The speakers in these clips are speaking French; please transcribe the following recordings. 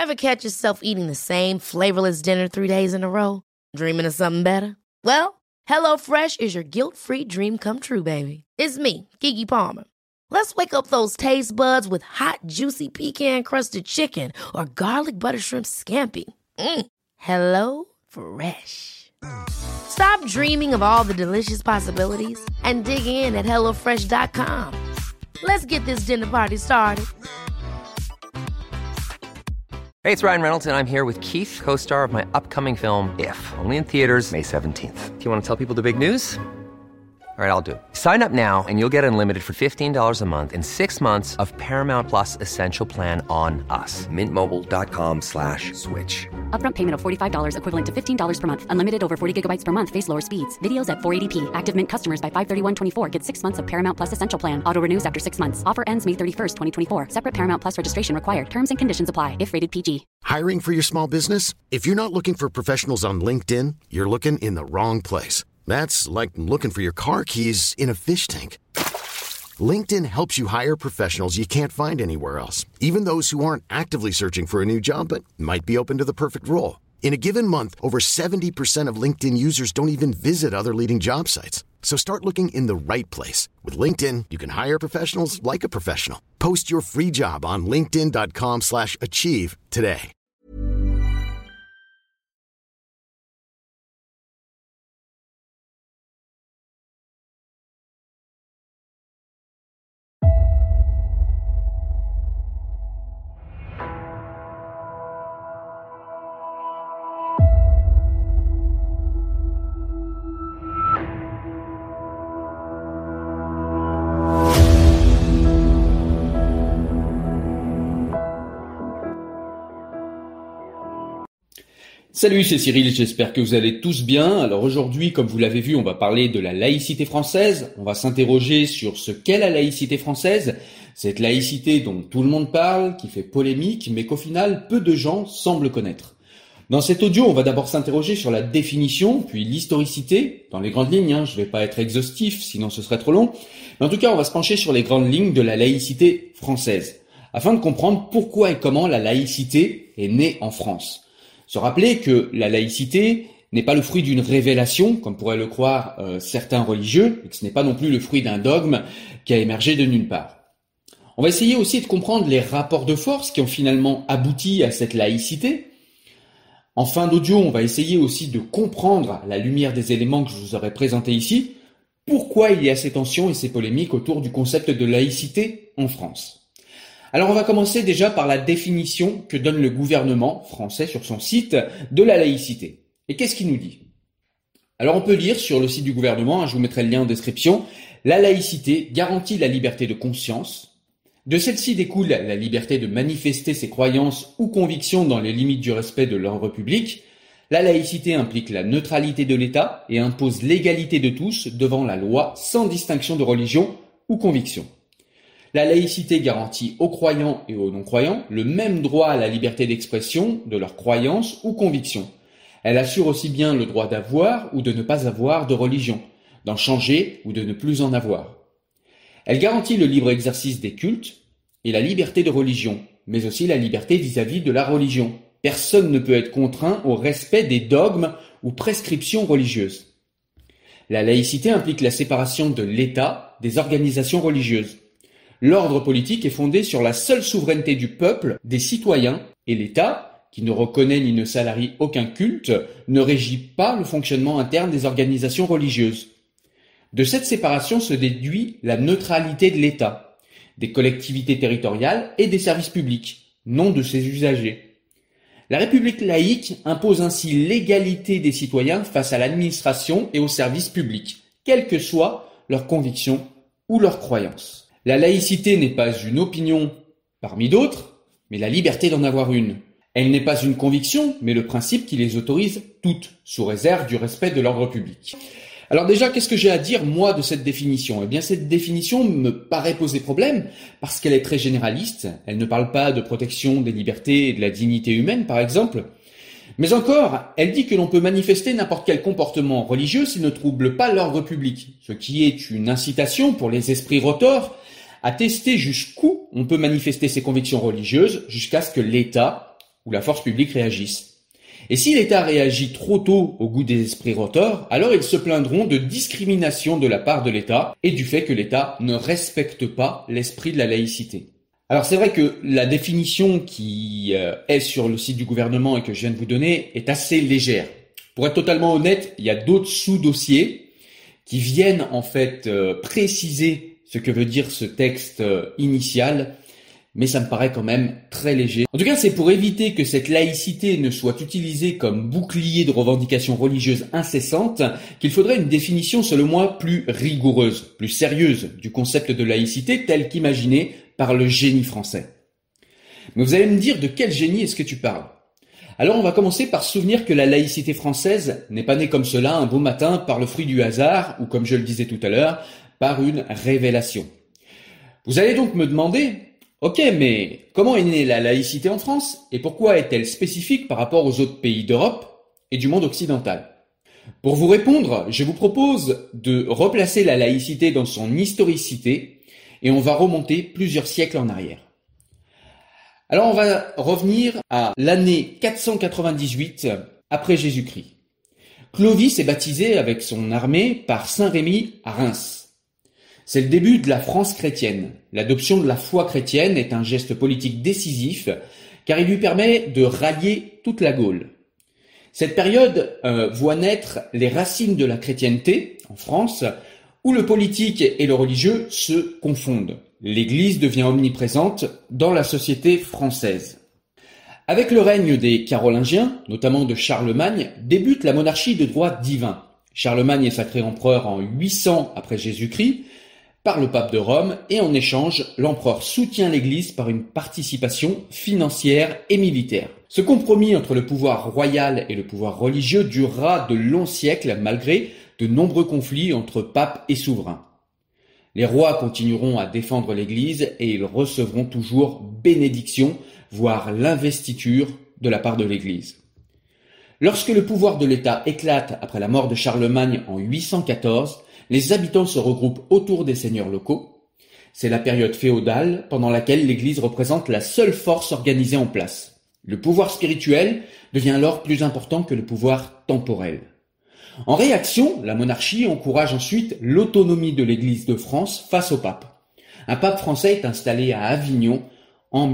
Ever catch yourself eating the same flavorless dinner 3 days in a row? Dreaming of something better? Well, HelloFresh is your guilt-free dream come true, baby. It's me, Keke Palmer. Let's wake up those taste buds with hot, juicy pecan-crusted chicken or garlic butter shrimp scampi. Hello Fresh. Stop dreaming of all the delicious possibilities and dig in at HelloFresh.com. Let's get this dinner party started. Hey, it's Ryan Reynolds, and I'm here with Keith, co-star of my upcoming film, If, only in theaters May 17th. Do you want to tell people the big news? All right, I'll do it. Sign up now and you'll get unlimited for $15 a month and 6 months of Paramount Plus Essential Plan on us. MintMobile.com/switch. Upfront payment of $45 equivalent to $15 per month. Unlimited over 40 gigabytes per month. Face lower speeds. Videos at 480p. Active Mint customers by 531.24 get 6 months of Paramount Plus Essential Plan. Auto renews after 6 months. Offer ends May 31st, 2024. Separate Paramount Plus registration required. Terms and conditions apply if rated PG. Hiring for your small business? If you're not looking for professionals on LinkedIn, you're looking in the wrong place. That's like looking for your car keys in a fish tank. LinkedIn helps you hire professionals you can't find anywhere else, even those who aren't actively searching for a new job but might be open to the perfect role. In a given month, over 70% of LinkedIn users don't even visit other leading job sites. So start looking in the right place. With LinkedIn, you can hire professionals like a professional. Post your free job on linkedin.com/achieve today. Salut, c'est Cyril, j'espère que vous allez tous bien. Alors aujourd'hui, comme vous l'avez vu, on va parler de la laïcité française. On va s'interroger sur ce qu'est la laïcité française, cette laïcité dont tout le monde parle, qui fait polémique, mais qu'au final, peu de gens semblent connaître. Dans cet audio, on va d'abord s'interroger sur la définition, puis l'historicité, dans les grandes lignes, je vais pas être exhaustif, sinon ce serait trop long. Mais en tout cas, on va se pencher sur les grandes lignes de la laïcité française, afin de comprendre pourquoi et comment la laïcité est née en France. Se rappeler que la laïcité n'est pas le fruit d'une révélation, comme pourraient le croire certains religieux, et que ce n'est pas non plus le fruit d'un dogme qui a émergé de nulle part. On va essayer aussi de comprendre les rapports de force qui ont finalement abouti à cette laïcité. En fin d'audio, on va essayer aussi de comprendre, à la lumière des éléments que je vous aurais présentés ici, pourquoi il y a ces tensions et ces polémiques autour du concept de laïcité en France. Alors on va commencer déjà par la définition que donne le gouvernement français sur son site de la laïcité. Et qu'est-ce qu'il nous dit ? Alors on peut lire sur le site du gouvernement, je vous mettrai le lien en description, la laïcité garantit la liberté de conscience. De celle-ci découle la liberté de manifester ses croyances ou convictions dans les limites du respect de l'ordre public. La laïcité implique la neutralité de l'État et impose l'égalité de tous devant la loi sans distinction de religion ou conviction. La laïcité garantit aux croyants et aux non-croyants le même droit à la liberté d'expression de leurs croyances ou convictions. Elle assure aussi bien le droit d'avoir ou de ne pas avoir de religion, d'en changer ou de ne plus en avoir. Elle garantit le libre exercice des cultes et la liberté de religion, mais aussi la liberté vis-à-vis de la religion. Personne ne peut être contraint au respect des dogmes ou prescriptions religieuses. La laïcité implique la séparation de l'État des organisations religieuses. L'ordre politique est fondé sur la seule souveraineté du peuple, des citoyens, et l'État, qui ne reconnaît ni ne salarie aucun culte, ne régit pas le fonctionnement interne des organisations religieuses. De cette séparation se déduit la neutralité de l'État, des collectivités territoriales et des services publics, non de ses usagers. La République laïque impose ainsi l'égalité des citoyens face à l'administration et aux services publics, quelles que soient leurs convictions ou leurs croyances. La laïcité n'est pas une opinion parmi d'autres, mais la liberté d'en avoir une. Elle n'est pas une conviction, mais le principe qui les autorise toutes, sous réserve du respect de l'ordre public. Alors déjà, qu'est-ce que j'ai à dire, moi, de cette définition ? Eh bien, cette définition me paraît poser problème, parce qu'elle est très généraliste. Elle ne parle pas de protection des libertés et de la dignité humaine, par exemple. Mais encore, elle dit que l'on peut manifester n'importe quel comportement religieux s'il ne trouble pas l'ordre public, ce qui est une incitation pour les esprits rotors à tester jusqu'où on peut manifester ses convictions religieuses jusqu'à ce que l'État où la force publique réagisse. Et si l'État réagit trop tôt au goût des esprits rotors, alors ils se plaindront de discrimination de la part de l'État et du fait que l'État ne respecte pas l'esprit de la laïcité. Alors c'est vrai que la définition qui est sur le site du gouvernement et que je viens de vous donner est assez légère. Pour être totalement honnête, il y a d'autres sous-dossiers qui viennent en fait préciser ce que veut dire ce texte initial, mais ça me paraît quand même très léger. En tout cas, c'est pour éviter que cette laïcité ne soit utilisée comme bouclier de revendications religieuses incessantes qu'il faudrait une définition, selon moi, plus rigoureuse, plus sérieuse du concept de laïcité tel qu'imaginé par le génie français. Mais vous allez me dire de quel génie est-ce que tu parles ? Alors on va commencer par se souvenir que la laïcité française n'est pas née comme cela un beau matin par le fruit du hasard ou, comme je le disais tout à l'heure, par une révélation. Vous allez donc me demander, ok, mais comment est née la laïcité en France et pourquoi est-elle spécifique par rapport aux autres pays d'Europe et du monde occidental ? Pour vous répondre, je vous propose de replacer la laïcité dans son historicité et on va remonter plusieurs siècles en arrière. Alors on va revenir à l'année 498 après Jésus-Christ. Clovis est baptisé avec son armée par Saint Rémy à Reims. C'est le début de la France chrétienne. L'adoption de la foi chrétienne est un geste politique décisif car il lui permet de rallier toute la Gaule. Cette période voit naître les racines de la chrétienté en France, où le politique et le religieux se confondent. L'Église devient omniprésente dans la société française. Avec le règne des Carolingiens, notamment de Charlemagne, débute la monarchie de droit divin. Charlemagne est sacré empereur en 800 après Jésus-Christ par le pape de Rome et en échange, l'empereur soutient l'Église par une participation financière et militaire. Ce compromis entre le pouvoir royal et le pouvoir religieux durera de longs siècles malgré de nombreux conflits entre papes et souverains. Les rois continueront à défendre l'Église et ils recevront toujours bénédiction, voire l'investiture de la part de l'Église. Lorsque le pouvoir de l'État éclate après la mort de Charlemagne en 814, les habitants se regroupent autour des seigneurs locaux. C'est la période féodale pendant laquelle l'Église représente la seule force organisée en place. Le pouvoir spirituel devient alors plus important que le pouvoir temporel. En réaction, la monarchie encourage ensuite l'autonomie de l'Église de France face au pape. Un pape français est installé à Avignon en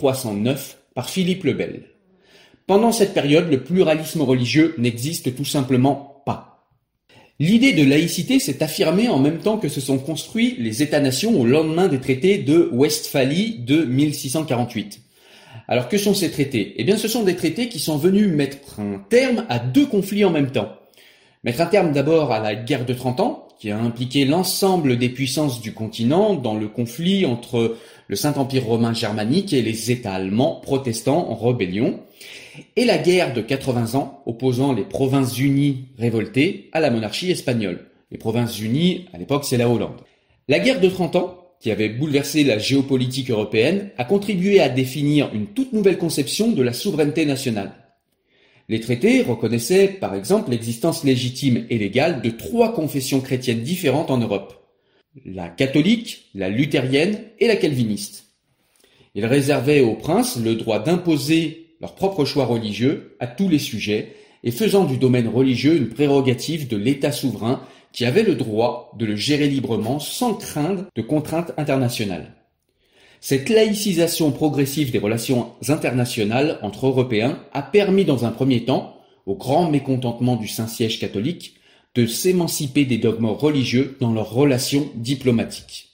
1309 par Philippe le Bel. Pendant cette période, le pluralisme religieux n'existe tout simplement pas. L'idée de laïcité s'est affirmée en même temps que se sont construits les États-nations au lendemain des traités de Westphalie de 1648. Alors que sont ces traités ? Eh bien, ce sont des traités qui sont venus mettre un terme à deux conflits en même temps. Mettre un terme d'abord à la guerre de 30 ans, qui a impliqué l'ensemble des puissances du continent dans le conflit entre le Saint-Empire romain germanique et les États allemands protestants en rébellion, et la guerre de 80 ans opposant les Provinces-Unies révoltées à la monarchie espagnole. Les Provinces-Unies, à l'époque, c'est la Hollande. La guerre de 30 ans, qui avait bouleversé la géopolitique européenne, a contribué à définir une toute nouvelle conception de la souveraineté nationale. Les traités reconnaissaient, par exemple, l'existence légitime et légale de 3 confessions chrétiennes différentes en Europe. La catholique, la luthérienne et la calviniste. Ils réservaient aux princes le droit d'imposer leur propre choix religieux à tous les sujets et faisant du domaine religieux une prérogative de l'État souverain qui avait le droit de le gérer librement sans craindre de contraintes internationales. Cette laïcisation progressive des relations internationales entre Européens a permis dans un premier temps, au grand mécontentement du Saint-Siège catholique, de s'émanciper des dogmes religieux dans leurs relations diplomatiques.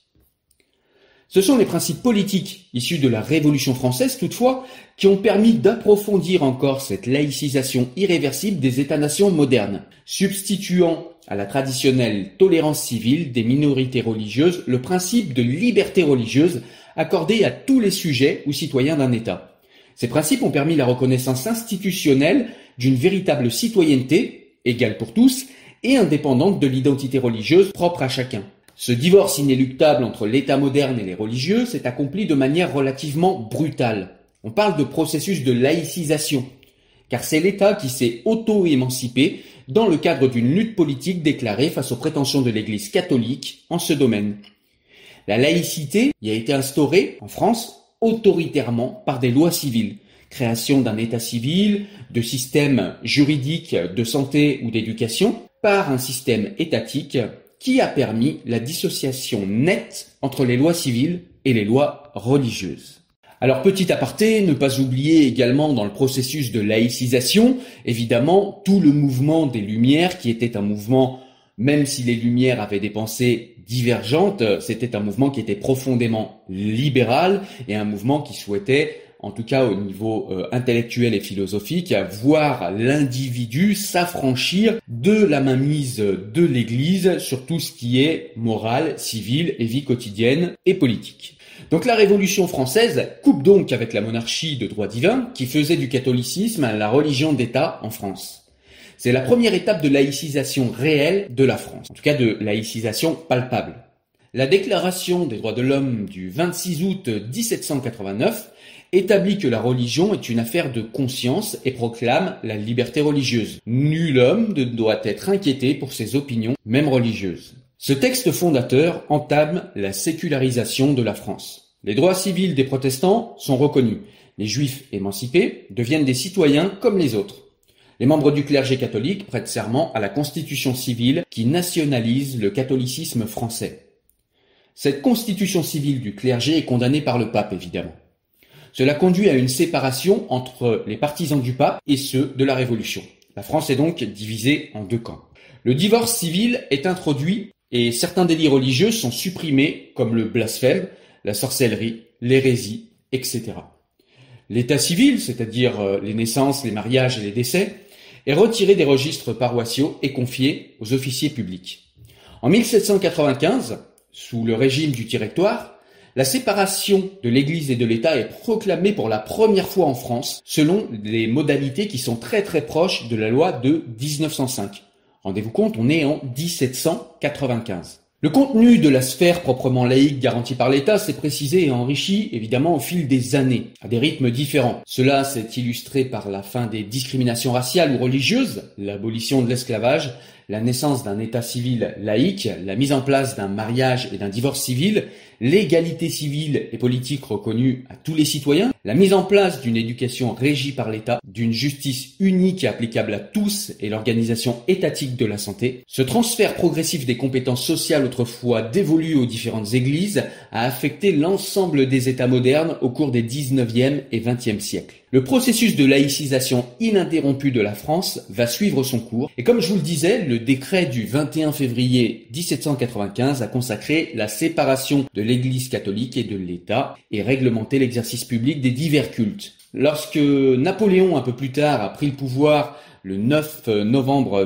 Ce sont les principes politiques issus de la Révolution française, toutefois, qui ont permis d'approfondir encore cette laïcisation irréversible des États-nations modernes, substituant à la traditionnelle tolérance civile des minorités religieuses le principe de liberté religieuse accordé à tous les sujets ou citoyens d'un État. Ces principes ont permis la reconnaissance institutionnelle d'une véritable citoyenneté, égale pour tous, et indépendante de l'identité religieuse propre à chacun. Ce divorce inéluctable entre l'État moderne et les religieux s'est accompli de manière relativement brutale. On parle de processus de laïcisation, car c'est l'État qui s'est auto-émancipé dans le cadre d'une lutte politique déclarée face aux prétentions de l'Église catholique en ce domaine. La laïcité y a été instaurée, en France, autoritairement par des lois civiles, création d'un état civil, de systèmes juridiques, de santé ou d'éducation, par un système étatique qui a permis la dissociation nette entre les lois civiles et les lois religieuses. Alors petit aparté, ne pas oublier également dans le processus de laïcisation, évidemment, tout le mouvement des Lumières qui était un mouvement, même si les Lumières avaient des pensées divergentes, c'était un mouvement qui était profondément libéral et un mouvement qui souhaitait, en tout cas au niveau intellectuel et philosophique, voir l'individu s'affranchir de la mainmise de l'Église sur tout ce qui est morale, civile et vie quotidienne et politique. Donc la Révolution française coupe donc avec la monarchie de droit divin qui faisait du catholicisme la religion d'État en France. C'est la première étape de laïcisation réelle de la France, en tout cas de laïcisation palpable. La Déclaration des droits de l'homme du 26 août 1789 établit que la religion est une affaire de conscience et proclame la liberté religieuse. Nul homme ne doit être inquiété pour ses opinions, même religieuses. Ce texte fondateur entame la sécularisation de la France. Les droits civils des protestants sont reconnus. Les juifs émancipés deviennent des citoyens comme les autres. Les membres du clergé catholique prêtent serment à la Constitution civile qui nationalise le catholicisme français. Cette Constitution civile du clergé est condamnée par le pape, évidemment. Cela conduit à une séparation entre les partisans du pape et ceux de la Révolution. La France est donc divisée en deux camps. Le divorce civil est introduit et certains délits religieux sont supprimés comme le blasphème, la sorcellerie, l'hérésie, etc. L'état civil, c'est-à-dire les naissances, les mariages et les décès, est retiré des registres paroissiaux et confié aux officiers publics. En 1795, sous le régime du directoire, la séparation de l'Église et de l'État est proclamée pour la première fois en France selon des modalités qui sont très très proches de la loi de 1905. Rendez-vous compte, on est en 1795. Le contenu de la sphère proprement laïque garantie par l'État s'est précisé et enrichi évidemment au fil des années, à des rythmes différents. Cela s'est illustré par la fin des discriminations raciales ou religieuses, l'abolition de l'esclavage, la naissance d'un État civil laïque, la mise en place d'un mariage et d'un divorce civil, l'égalité civile et politique reconnue à tous les citoyens, la mise en place d'une éducation régie par l'État, d'une justice unique et applicable à tous et l'organisation étatique de la santé. Ce transfert progressif des compétences sociales autrefois dévolues aux différentes églises a affecté l'ensemble des États modernes au cours des 19e et 20e siècles. Le processus de laïcisation ininterrompu de la France va suivre son cours et comme je vous le disais, le décret du 21 février 1795 a consacré la séparation de l'Église catholique et de l'État et réglementé l'exercice public des divers cultes. Lorsque Napoléon, un peu plus tard, a pris le pouvoir le 9 novembre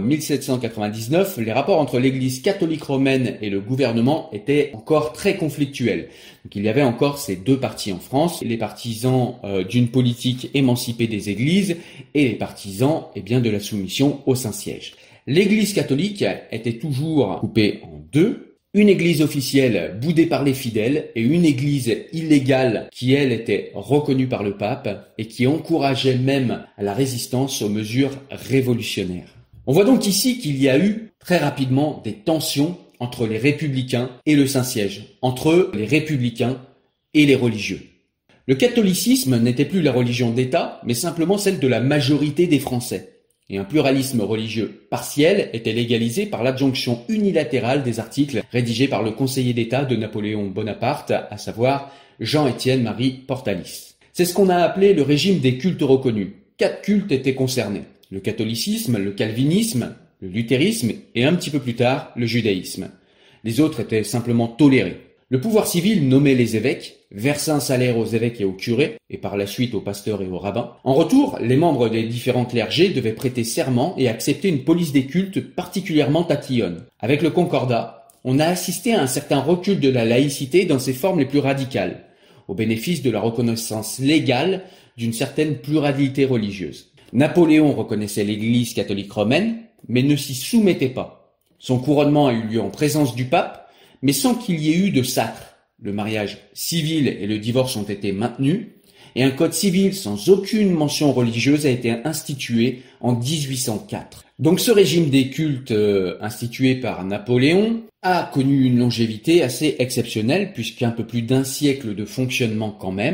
1799, les rapports entre l'Église catholique romaine et le gouvernement étaient encore très conflictuels. Donc il y avait encore ces deux partis en France, les partisans d'une politique émancipée des églises et les partisans de la soumission au Saint-Siège. L'Église catholique était toujours coupée en deux. Une église officielle boudée par les fidèles et une église illégale qui, elle, était reconnue par le pape et qui encourageait même à la résistance aux mesures révolutionnaires. On voit donc ici qu'il y a eu très rapidement des tensions entre les républicains et le Saint-Siège, entre les républicains et les religieux. Le catholicisme n'était plus la religion d'État, mais simplement celle de la majorité des Français. Et un pluralisme religieux partiel était légalisé par l'adjonction unilatérale des articles rédigés par le conseiller d'État de Napoléon Bonaparte, à savoir Jean-Étienne Marie Portalis. C'est ce qu'on a appelé le régime des cultes reconnus. 4 cultes étaient concernés: le catholicisme, le calvinisme, le luthérisme et un petit peu plus tard, le judaïsme. Les autres étaient simplement tolérés. Le pouvoir civil nommait les évêques, versait un salaire aux évêques et aux curés, et par la suite aux pasteurs et aux rabbins. En retour, les membres des différents clergés devaient prêter serment et accepter une police des cultes particulièrement tatillonne. Avec le Concordat, on a assisté à un certain recul de la laïcité dans ses formes les plus radicales, au bénéfice de la reconnaissance légale d'une certaine pluralité religieuse. Napoléon reconnaissait l'Église catholique romaine, mais ne s'y soumettait pas. Son couronnement a eu lieu en présence du pape, mais sans qu'il y ait eu de sacre. Le mariage civil et le divorce ont été maintenus, et un code civil sans aucune mention religieuse a été institué en 1804. Donc ce régime des cultes institué par Napoléon a connu une longévité assez exceptionnelle, puisqu'un peu plus d'un siècle de fonctionnement quand même.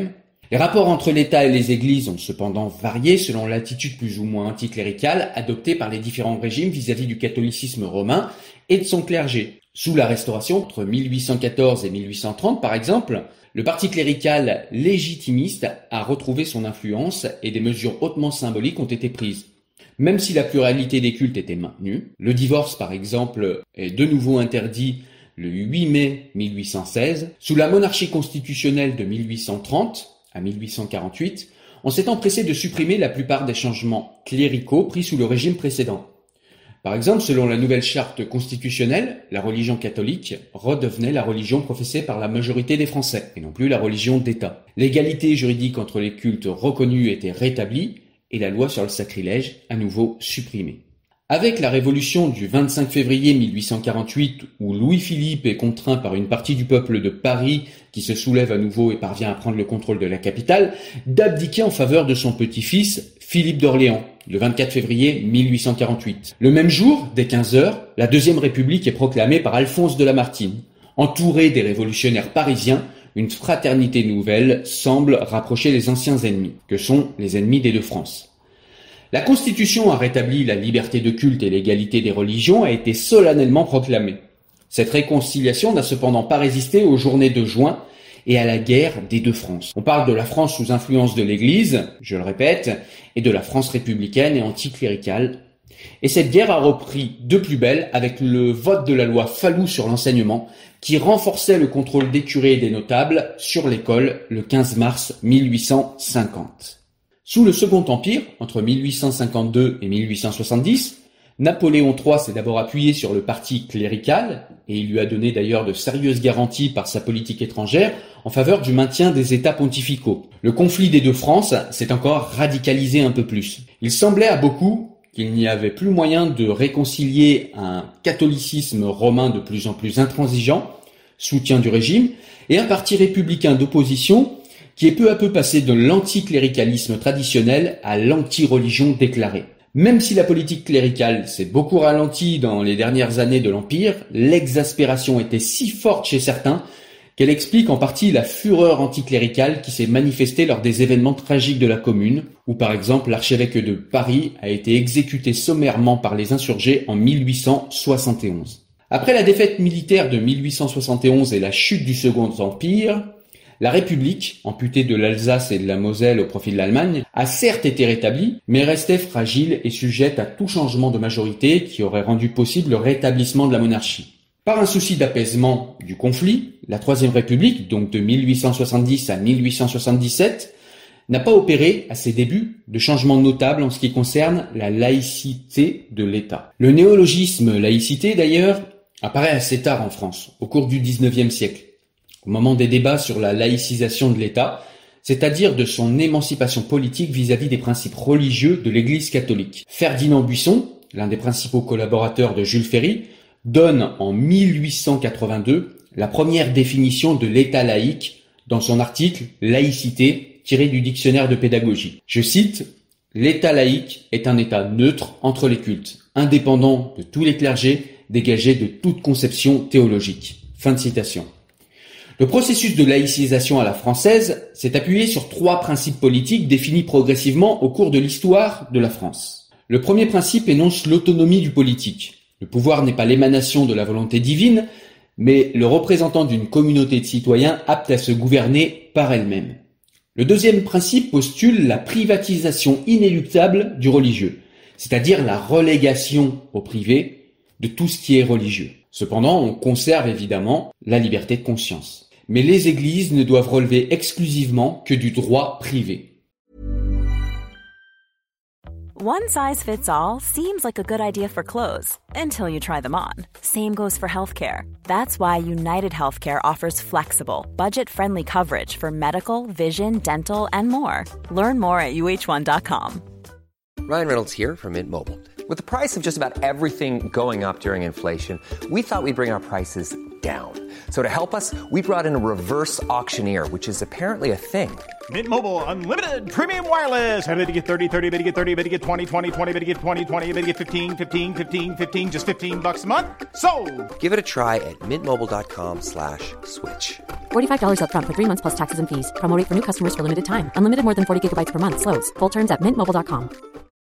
Les rapports entre l'État et les églises ont cependant varié selon l'attitude plus ou moins anticléricale adoptée par les différents régimes vis-à-vis du catholicisme romain et de son clergé. Sous la Restauration, entre 1814 et 1830 par exemple, le parti clérical légitimiste a retrouvé son influence et des mesures hautement symboliques ont été prises. Même si la pluralité des cultes était maintenue, le divorce par exemple est de nouveau interdit le 8 mai 1816, sous la monarchie constitutionnelle de 1830 à 1848, on s'est empressé de supprimer la plupart des changements cléricaux pris sous le régime précédent. Par exemple, selon la nouvelle charte constitutionnelle, la religion catholique redevenait la religion professée par la majorité des Français, et non plus la religion d'État. L'égalité juridique entre les cultes reconnus était rétablie, et la loi sur le sacrilège à nouveau supprimée. Avec la révolution du 25 février 1848, où Louis-Philippe est contraint par une partie du peuple de Paris, qui se soulève à nouveau et parvient à prendre le contrôle de la capitale, d'abdiquer en faveur de son petit-fils, Philippe d'Orléans, le 24 février 1848. Le même jour, dès 15h, la Deuxième République est proclamée par Alphonse de Lamartine. Entouré des révolutionnaires parisiens, une fraternité nouvelle semble rapprocher les anciens ennemis, que sont les ennemis des deux France. La Constitution a rétabli la liberté de culte et l'égalité des religions a été solennellement proclamée. Cette réconciliation n'a cependant pas résisté aux journées de juin et à la guerre des deux France. On parle de la France sous influence de l'Église, je le répète, et de la France républicaine et anticléricale. Et cette guerre a repris de plus belle avec le vote de la loi Fallou sur l'enseignement, qui renforçait le contrôle des curés et des notables sur l'école le 15 mars 1850. Sous le Second Empire, entre 1852 et 1870, Napoléon III s'est d'abord appuyé sur le parti clérical, et il lui a donné d'ailleurs de sérieuses garanties par sa politique étrangère en faveur du maintien des États pontificaux. Le conflit des deux France s'est encore radicalisé un peu plus. Il semblait à beaucoup qu'il n'y avait plus moyen de réconcilier un catholicisme romain de plus en plus intransigeant, soutien du régime, et un parti républicain d'opposition qui est peu à peu passé de l'anticléricalisme traditionnel à l'anti-religion déclarée. Même si la politique cléricale s'est beaucoup ralentie dans les dernières années de l'Empire, l'exaspération était si forte chez certains qu'elle explique en partie la fureur anticléricale qui s'est manifestée lors des événements tragiques de la Commune, où par exemple l'archevêque de Paris a été exécuté sommairement par les insurgés en 1871. Après la défaite militaire de 1871 et la chute du Second Empire, la République, amputée de l'Alsace et de la Moselle au profit de l'Allemagne, a certes été rétablie, mais restait fragile et sujette à tout changement de majorité qui aurait rendu possible le rétablissement de la monarchie. Par un souci d'apaisement du conflit, la Troisième République, donc de 1870 à 1877, n'a pas opéré, à ses débuts, de changements notables en ce qui concerne la laïcité de l'État. Le néologisme laïcité, d'ailleurs, apparaît assez tard en France, au cours du XIXe siècle. Au moment des débats sur la laïcisation de l'État, c'est-à-dire de son émancipation politique vis-à-vis des principes religieux de l'Église catholique. Ferdinand Buisson, l'un des principaux collaborateurs de Jules Ferry, donne en 1882 la première définition de l'État laïque dans son article « Laïcité » tiré du dictionnaire de pédagogie. Je cite « L'État laïque est un État neutre entre les cultes, indépendant de tous les clergés, dégagé de toute conception théologique. » Fin de citation. Le processus de laïcisation à la française s'est appuyé sur 3 principes politiques définis progressivement au cours de l'histoire de la France. Le premier principe énonce l'autonomie du politique. Le pouvoir n'est pas l'émanation de la volonté divine, mais le représentant d'une communauté de citoyens apte à se gouverner par elle-même. Le deuxième principe postule la privatisation inéluctable du religieux, c'est-à-dire la relégation au privé de tout ce qui est religieux. Cependant, on conserve évidemment la liberté de conscience. Mais les églises ne doivent relever exclusivement que du droit privé. One size fits all seems like a good idea for clothes until you try them on. Same goes for healthcare. That's why United Healthcare offers flexible, budget-friendly coverage for medical, vision, dental, and more. Learn more at uh1.com. Ryan Reynolds here from Mint Mobile. With the price of just about everything going up during inflation, we thought we'd bring our prices down. So to help us, we brought in a reverse auctioneer, which is apparently a thing. Mint Mobile Unlimited Premium Wireless. How to get 30, 30, bit to get 30, bit to get 20, 20, 20, bit to get 20, 20, bit to get 15, 15, 15, 15, just $15 a month? Sold! Give it a try at mintmobile.com/switch. $45 up front for 3 months plus taxes and fees. Promo rate for new customers for limited time. Unlimited more than 40 gigabytes per month. Slows full terms at mintmobile.com.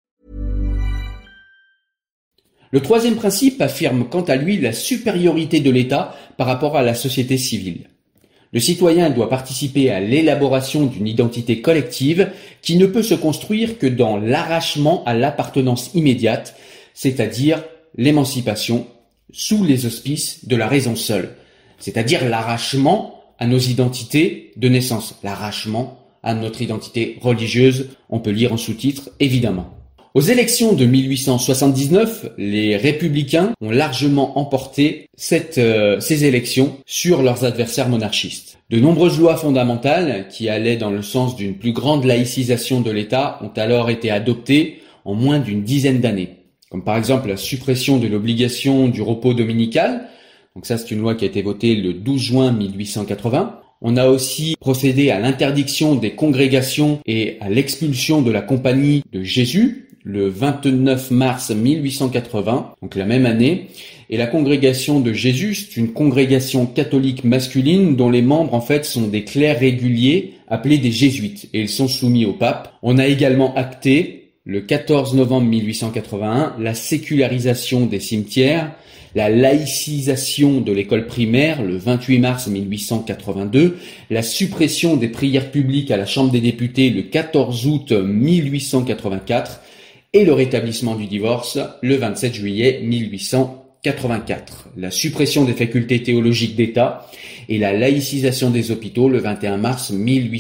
Le troisième principe affirme quant à lui la supériorité de l'État par rapport à la société civile. Le citoyen doit participer à l'élaboration d'une identité collective qui ne peut se construire que dans l'arrachement à l'appartenance immédiate, c'est-à-dire l'émancipation sous les auspices de la raison seule, c'est-à-dire l'arrachement à nos identités de naissance, l'arrachement à notre identité religieuse, on peut lire en sous-titre évidemment. Aux élections de 1879, les républicains ont largement emporté ces élections sur leurs adversaires monarchistes. De nombreuses lois fondamentales qui allaient dans le sens d'une plus grande laïcisation de l'État ont alors été adoptées en moins d'une dizaine d'années, comme par exemple la suppression de l'obligation du repos dominical. Donc ça, c'est une loi qui a été votée le 12 juin 1880. On a aussi procédé à l'interdiction des congrégations et à l'expulsion de la Compagnie de Jésus le 29 mars 1880, donc la même année. Et la congrégation de Jésus, c'est une congrégation catholique masculine dont les membres en fait sont des clercs réguliers appelés des jésuites et ils sont soumis au pape. On a également acté le 14 novembre 1881 la sécularisation des cimetières, la laïcisation de l'école primaire le 28 mars 1882, la suppression des prières publiques à la Chambre des députés le 14 août 1884 et le rétablissement du divorce le 27 juillet 1884, la suppression des facultés théologiques d'État et la laïcisation des hôpitaux le 21 mars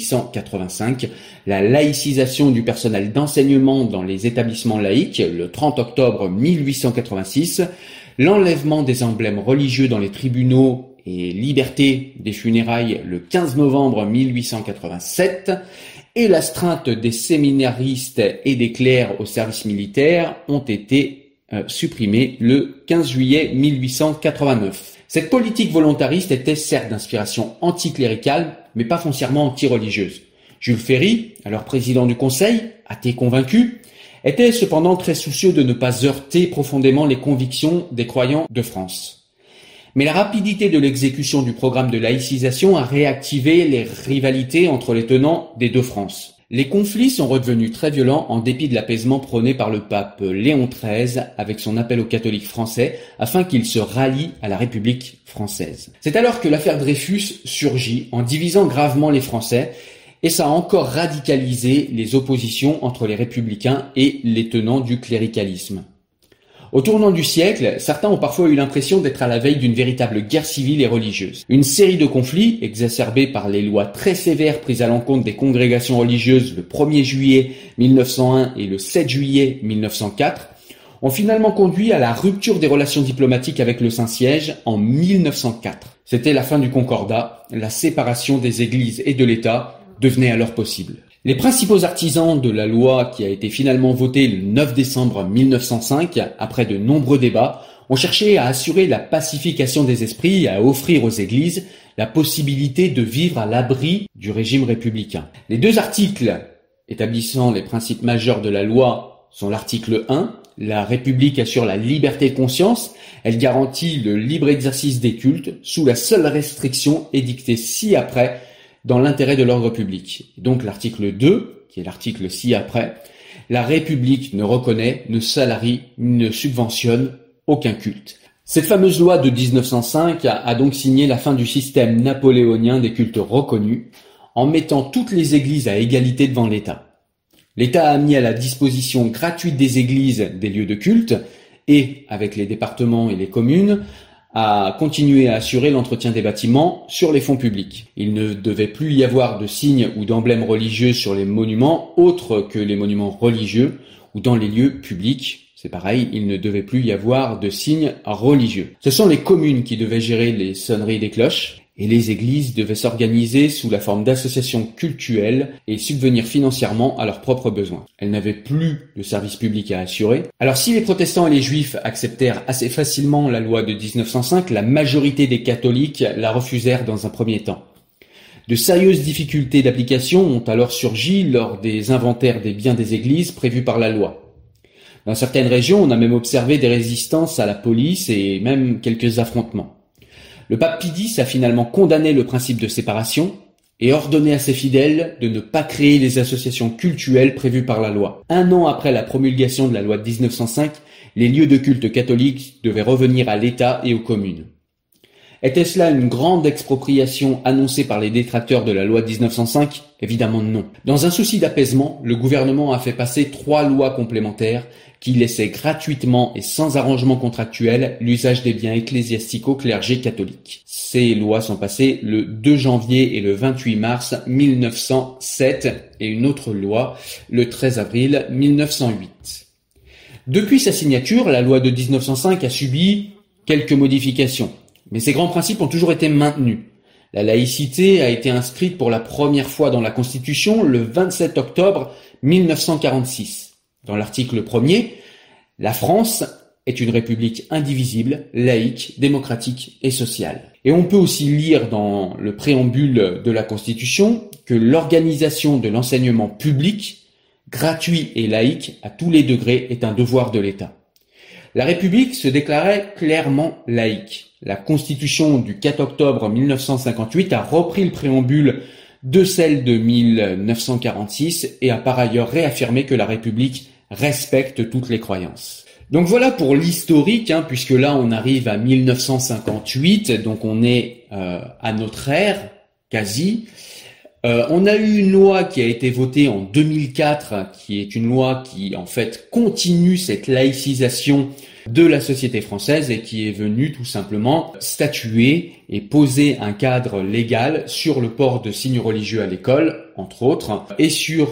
1885, la laïcisation du personnel d'enseignement dans les établissements laïques le 30 octobre 1886, l'enlèvement des emblèmes religieux dans les tribunaux et liberté des funérailles le 15 novembre 1887 et l'astreinte des séminaristes et des clercs au service militaire ont été supprimés le 15 juillet 1889. Cette politique volontariste était certes d'inspiration anticléricale, mais pas foncièrement anti-religieuse. Jules Ferry, alors président du Conseil, athée convaincu, était cependant très soucieux de ne pas heurter profondément les convictions des croyants de France. Mais la rapidité de l'exécution du programme de laïcisation a réactivé les rivalités entre les tenants des deux France. Les conflits sont redevenus très violents en dépit de l'apaisement prôné par le pape Léon XIII avec son appel aux catholiques français afin qu'ils se rallient à la République française. C'est alors que l'affaire Dreyfus surgit en divisant gravement les Français et ça a encore radicalisé les oppositions entre les républicains et les tenants du cléricalisme. Au tournant du siècle, certains ont parfois eu l'impression d'être à la veille d'une véritable guerre civile et religieuse. Une série de conflits, exacerbés par les lois très sévères prises à l'encontre des congrégations religieuses le 1er juillet 1901 et le 7 juillet 1904, ont finalement conduit à la rupture des relations diplomatiques avec le Saint-Siège en 1904. C'était la fin du Concordat, la séparation des églises et de l'État devenait alors possible. Les principaux artisans de la loi qui a été finalement votée le 9 décembre 1905, après de nombreux débats, ont cherché à assurer la pacification des esprits et à offrir aux églises la possibilité de vivre à l'abri du régime républicain. Les deux articles établissant les principes majeurs de la loi sont l'article 1, la République assure la liberté de conscience, elle garantit le libre exercice des cultes sous la seule restriction édictée ci-après dans l'intérêt de l'ordre public. Donc l'article 2, qui est l'article ci-après, la République ne reconnaît, ne salarie, ne subventionne aucun culte. Cette fameuse loi de 1905 a donc signé la fin du système napoléonien des cultes reconnus, en mettant toutes les églises à égalité devant l'État. L'État a mis à la disposition gratuite des églises des lieux de culte et, avec les départements et les communes, a continué à assurer l'entretien des bâtiments sur les fonds publics. Il ne devait plus y avoir de signes ou d'emblèmes religieux sur les monuments autres que les monuments religieux ou dans les lieux publics. C'est pareil, il ne devait plus y avoir de signes religieux. Ce sont les communes qui devaient gérer les sonneries des cloches et les églises devaient s'organiser sous la forme d'associations cultuelles et subvenir financièrement à leurs propres besoins. Elles n'avaient plus de service public à assurer. Alors si les protestants et les juifs acceptèrent assez facilement la loi de 1905, la majorité des catholiques la refusèrent dans un premier temps. De sérieuses difficultés d'application ont alors surgi lors des inventaires des biens des églises prévus par la loi. Dans certaines régions, on a même observé des résistances à la police et même quelques affrontements. Le pape Pie X a finalement condamné le principe de séparation et ordonné à ses fidèles de ne pas créer les associations cultuelles prévues par la loi. 1 an après la promulgation de la loi de 1905, les lieux de culte catholiques devaient revenir à l'État et aux communes. Était-ce là une grande expropriation annoncée par les détracteurs de la loi de 1905 ? Évidemment non. Dans un souci d'apaisement, le gouvernement a fait passer 3 lois complémentaires qui laissaient gratuitement et sans arrangement contractuel l'usage des biens ecclésiastiques au clergé catholique. Ces lois sont passées le 2 janvier et le 28 mars 1907 et une autre loi le 13 avril 1908. Depuis sa signature, la loi de 1905 a subi quelques modifications, mais ses grands principes ont toujours été maintenus. La laïcité a été inscrite pour la première fois dans la Constitution le 27 octobre 1946. Dans l'article 1er, la France est une république indivisible, laïque, démocratique et sociale. Et on peut aussi lire dans le préambule de la Constitution que l'organisation de l'enseignement public, gratuit et laïque à tous les degrés, est un devoir de l'État. La République se déclarait clairement laïque. La Constitution du 4 octobre 1958 a repris le préambule de celle de 1946 et a par ailleurs réaffirmé que la République respecte toutes les croyances. Donc voilà pour l'historique, puisque là on arrive à 1958, donc on est à notre ère, quasi. On a eu une loi qui a été votée en 2004, qui est une loi qui en fait continue cette laïcisation de la société française et qui est venue tout simplement statuer et poser un cadre légal sur le port de signes religieux à l'école, entre autres, et sur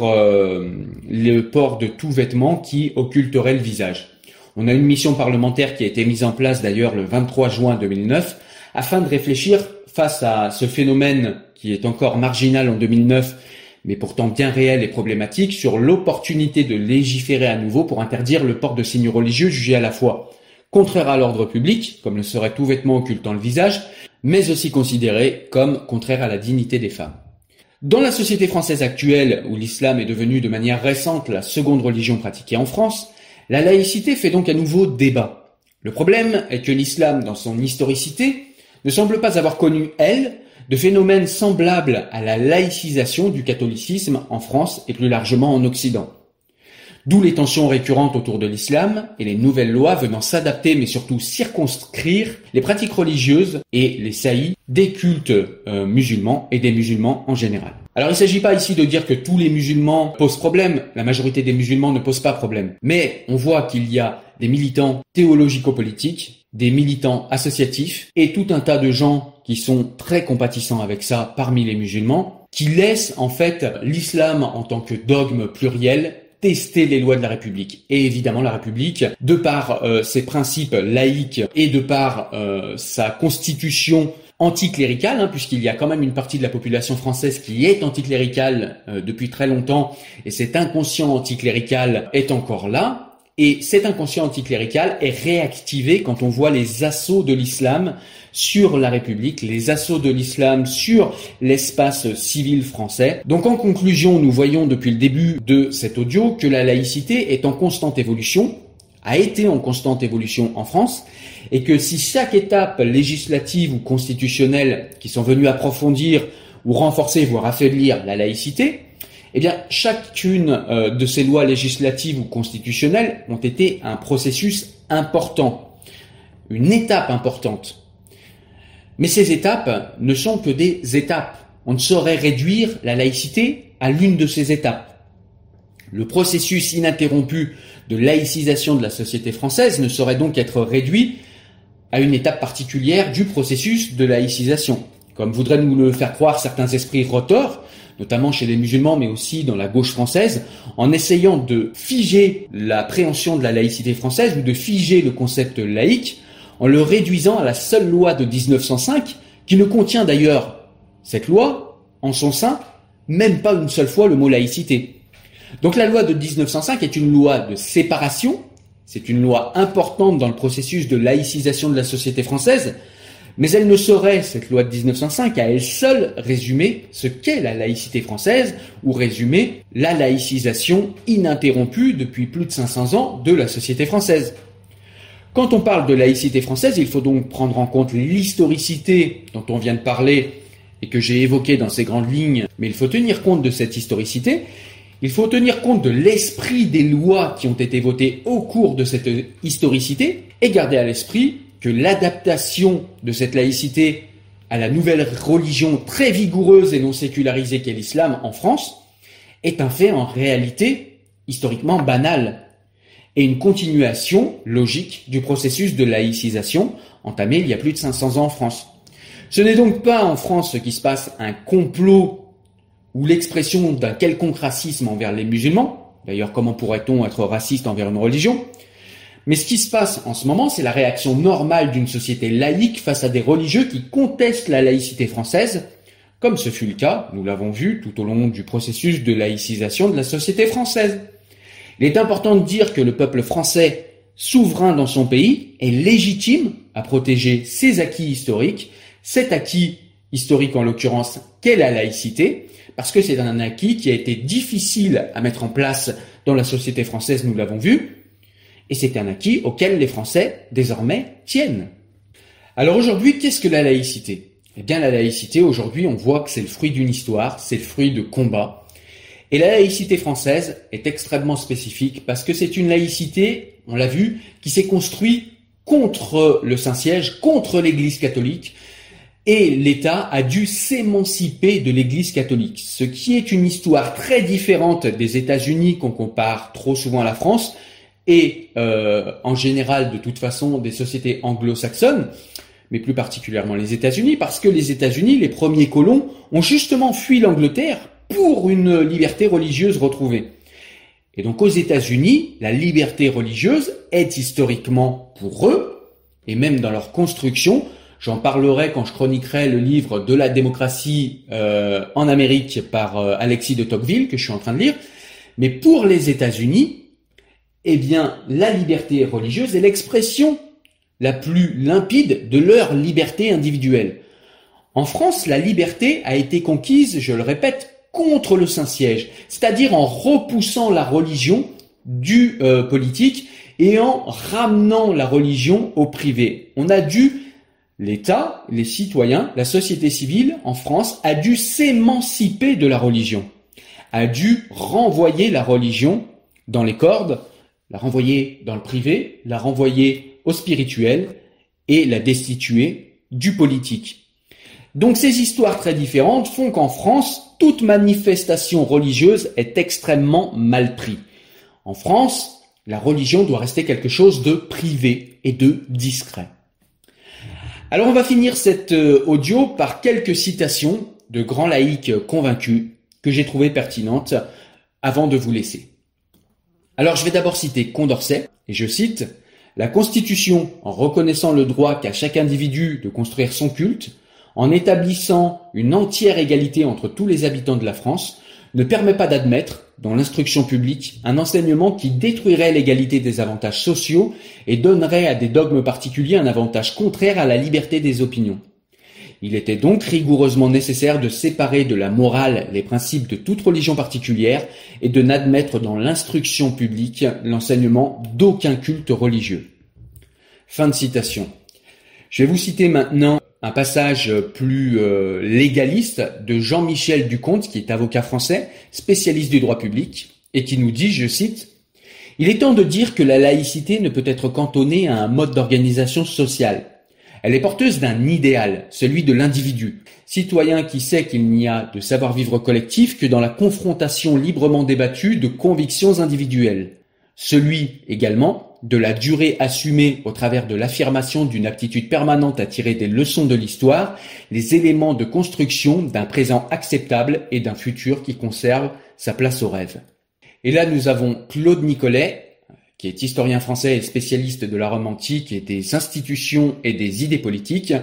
le port de tout vêtement qui occulterait le visage. On a une mission parlementaire qui a été mise en place d'ailleurs le 23 juin 2009 afin de réfléchir face à ce phénomène qui est encore marginal en 2009, mais pourtant bien réel et problématique, sur l'opportunité de légiférer à nouveau pour interdire le port de signes religieux jugés à la fois contraire à l'ordre public, comme le serait tout vêtement occultant le visage, mais aussi considéré comme contraire à la dignité des femmes. Dans la société française actuelle, où l'islam est devenu de manière récente la seconde religion pratiquée en France, la laïcité fait donc à nouveau débat. Le problème est que l'islam, dans son historicité, ne semble pas avoir connu, elle, de phénomènes semblables à la laïcisation du catholicisme en France et plus largement en Occident. D'où les tensions récurrentes autour de l'islam et les nouvelles lois venant s'adapter mais surtout circonscrire les pratiques religieuses et les saillies des cultes musulmans et des musulmans en général. Alors il ne s'agit pas ici de dire que tous les musulmans posent problème, la majorité des musulmans ne posent pas problème, mais on voit qu'il y a des militants théologico-politiques, des militants associatifs et tout un tas de gens qui sont très compatissants avec ça parmi les musulmans, qui laissent en fait l'islam en tant que dogme pluriel tester les lois de la République. Et évidemment la République, de par ses principes laïques et de par sa constitution anticléricale, puisqu'il y a quand même une partie de la population française qui est anticléricale depuis très longtemps, et cet inconscient anticlérical est encore là. Et cet inconscient anticlérical est réactivé quand on voit les assauts de l'islam sur la République, les assauts de l'islam sur l'espace civil français. Donc en conclusion, nous voyons depuis le début de cet audio que la laïcité est en constante évolution, a été en constante évolution en France, et que si chaque étape législative ou constitutionnelle qui sont venues approfondir ou renforcer, voire affaiblir la laïcité, eh bien, chacune de ces lois législatives ou constitutionnelles ont été un processus important, une étape importante. Mais ces étapes ne sont que des étapes. On ne saurait réduire la laïcité à l'une de ces étapes. Le processus ininterrompu de laïcisation de la société française ne saurait donc être réduit à une étape particulière du processus de laïcisation, comme voudraient nous le faire croire certains esprits retors, notamment chez les musulmans, mais aussi dans la gauche française, en essayant de figer la préhension de la laïcité française ou de figer le concept laïque, en le réduisant à la seule loi de 1905 qui ne contient d'ailleurs, cette loi, en son sein, même pas une seule fois le mot laïcité. Donc la loi de 1905 est une loi de séparation, c'est une loi importante dans le processus de laïcisation de la société française, mais elle ne saurait, cette loi de 1905, à elle seule résumer ce qu'est la laïcité française ou résumer la laïcisation ininterrompue depuis plus de 500 ans de la société française. Quand on parle de laïcité française, il faut donc prendre en compte l'historicité dont on vient de parler et que j'ai évoquée dans ces grandes lignes, mais il faut tenir compte de cette historicité. Il faut tenir compte de l'esprit des lois qui ont été votées au cours de cette historicité et garder à l'esprit que l'adaptation de cette laïcité à la nouvelle religion très vigoureuse et non sécularisée qu'est l'islam en France est un fait en réalité historiquement banal et une continuation logique du processus de laïcisation entamé il y a plus de 500 ans en France. Ce n'est donc pas en France ce qui se passe un complot ou l'expression d'un quelconque racisme envers les musulmans. D'ailleurs, comment pourrait-on être raciste envers une religion ? Mais ce qui se passe en ce moment, c'est la réaction normale d'une société laïque face à des religieux qui contestent la laïcité française, comme ce fut le cas, nous l'avons vu, tout au long du processus de laïcisation de la société française. Il est important de dire que le peuple français, souverain dans son pays, est légitime à protéger ses acquis historiques, cet acquis historique en l'occurrence qu'est la laïcité, parce que c'est un acquis qui a été difficile à mettre en place dans la société française, nous l'avons vu, et c'est un acquis auquel les Français, désormais, tiennent. Alors aujourd'hui, qu'est-ce que la laïcité ? Eh bien, la laïcité, aujourd'hui, on voit que c'est le fruit d'une histoire, c'est le fruit de combats. Et la laïcité française est extrêmement spécifique parce que c'est une laïcité, on l'a vu, qui s'est construite contre le Saint-Siège, contre l'Église catholique, et l'État a dû s'émanciper de l'Église catholique, ce qui est une histoire très différente des États-Unis qu'on compare trop souvent à la France, et en général de toute façon des sociétés anglo-saxonnes, mais plus particulièrement les États-Unis, parce que les États-Unis, les premiers colons, ont justement fui l'Angleterre pour une liberté religieuse retrouvée. Et donc aux États-Unis, la liberté religieuse est historiquement pour eux, et même dans leur construction, j'en parlerai quand je chroniquerai le livre de la démocratie en Amérique par Alexis de Tocqueville, que je suis en train de lire, mais pour les États-Unis, eh bien, la liberté religieuse est l'expression la plus limpide de leur liberté individuelle. En France, la liberté a été conquise, je le répète, contre le Saint-Siège, c'est-à-dire en repoussant la religion du politique et en ramenant la religion au privé. L'État, les citoyens, la société civile en France a dû s'émanciper de la religion, a dû renvoyer la religion dans les cordes, la renvoyer dans le privé, la renvoyer au spirituel et la destituer du politique. Donc ces histoires très différentes font qu'en France, toute manifestation religieuse est extrêmement mal prise. En France, la religion doit rester quelque chose de privé et de discret. Alors on va finir cet audio par quelques citations de grands laïcs convaincus que j'ai trouvées pertinentes avant de vous laisser. Alors je vais d'abord citer Condorcet, et je cite « La Constitution, en reconnaissant le droit qu'a chaque individu de construire son culte, en établissant une entière égalité entre tous les habitants de la France, ne permet pas d'admettre, dans l'instruction publique, un enseignement qui détruirait l'égalité des avantages sociaux et donnerait à des dogmes particuliers un avantage contraire à la liberté des opinions. Il était donc rigoureusement nécessaire de séparer de la morale les principes de toute religion particulière et de n'admettre dans l'instruction publique l'enseignement d'aucun culte religieux. » Fin de citation. Je vais vous citer maintenant un passage plus légaliste de Jean-Michel Duconte, qui est avocat français, spécialiste du droit public, et qui nous dit, je cite, « Il est temps de dire que la laïcité ne peut être cantonnée à un mode d'organisation sociale. Elle est porteuse d'un idéal, celui de l'individu, citoyen qui sait qu'il n'y a de savoir-vivre collectif que dans la confrontation librement débattue de convictions individuelles. Celui, également, de la durée assumée au travers de l'affirmation d'une aptitude permanente à tirer des leçons de l'histoire, les éléments de construction d'un présent acceptable et d'un futur qui conserve sa place au rêve. » Et là, nous avons Claude Nicollet, qui est historien français et spécialiste de la Rome antique et des institutions et des idées politiques,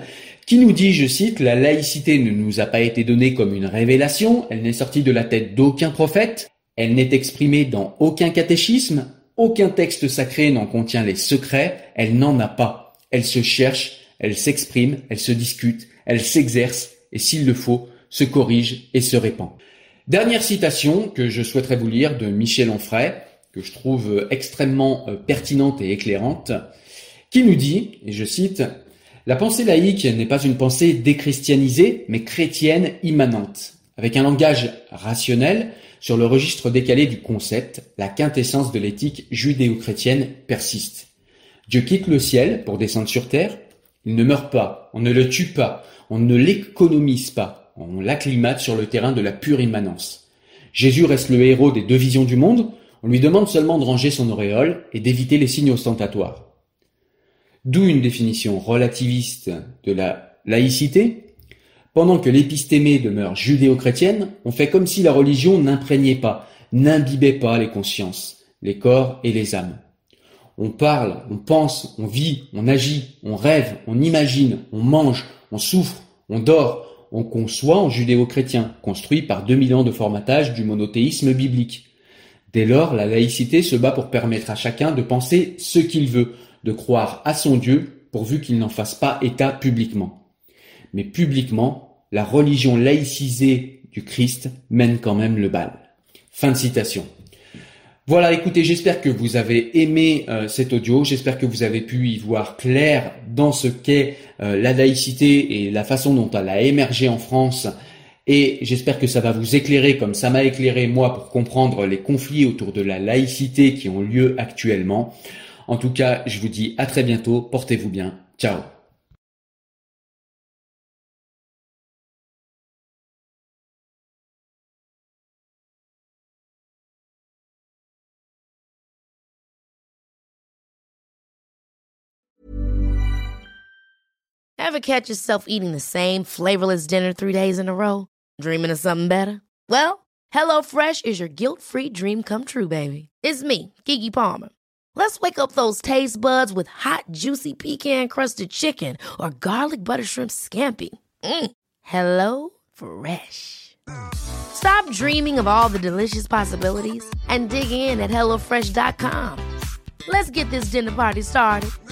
qui nous dit, je cite, « La laïcité ne nous a pas été donnée comme une révélation, elle n'est sortie de la tête d'aucun prophète, elle n'est exprimée dans aucun catéchisme, aucun texte sacré n'en contient les secrets, elle n'en a pas. Elle se cherche, elle s'exprime, elle se discute, elle s'exerce et s'il le faut, se corrige et se répand. » Dernière citation que je souhaiterais vous lire de Michel Onfray, que je trouve extrêmement pertinente et éclairante, qui nous dit, et je cite, « La pensée laïque n'est pas une pensée déchristianisée, mais chrétienne immanente. Avec un langage rationnel, sur le registre décalé du concept, la quintessence de l'éthique judéo-chrétienne persiste. Dieu quitte le ciel pour descendre sur terre. Il ne meurt pas, on ne le tue pas, on ne l'économise pas, on l'acclimate sur le terrain de la pure immanence. Jésus reste le héros des deux visions du monde, on lui demande seulement de ranger son auréole et d'éviter les signes ostentatoires. » D'où une définition relativiste de la laïcité. Pendant que l'épistémé demeure judéo-chrétienne, on fait comme si la religion n'imprégnait pas, n'imbibait pas les consciences, les corps et les âmes. On parle, on pense, on vit, on agit, on rêve, on imagine, on mange, on souffre, on dort, on conçoit en judéo-chrétien, construit par 2000 ans de formatage du monothéisme biblique. Dès lors, la laïcité se bat pour permettre à chacun de penser ce qu'il veut, de croire à son Dieu, pourvu qu'il n'en fasse pas état publiquement. Mais publiquement, la religion laïcisée du Christ mène quand même le bal. Fin de citation. Voilà, écoutez, j'espère que vous avez aimé cet audio, j'espère que vous avez pu y voir clair dans ce qu'est la laïcité et la façon dont elle a émergé en France, et j'espère que ça va vous éclairer comme ça m'a éclairé moi pour comprendre les conflits autour de la laïcité qui ont lieu actuellement. En tout cas, je vous dis à très bientôt, portez-vous bien, ciao. Ever catch yourself eating the same flavorless dinner 3 days in a row? Dreaming of something better? Well, HelloFresh is your guilt-free dream come true, baby. It's me, Keke Palmer. Let's wake up those taste buds with hot, juicy pecan-crusted chicken or garlic butter shrimp scampi. Hello Fresh. Stop dreaming of all the delicious possibilities and dig in at HelloFresh.com. Let's get this dinner party started.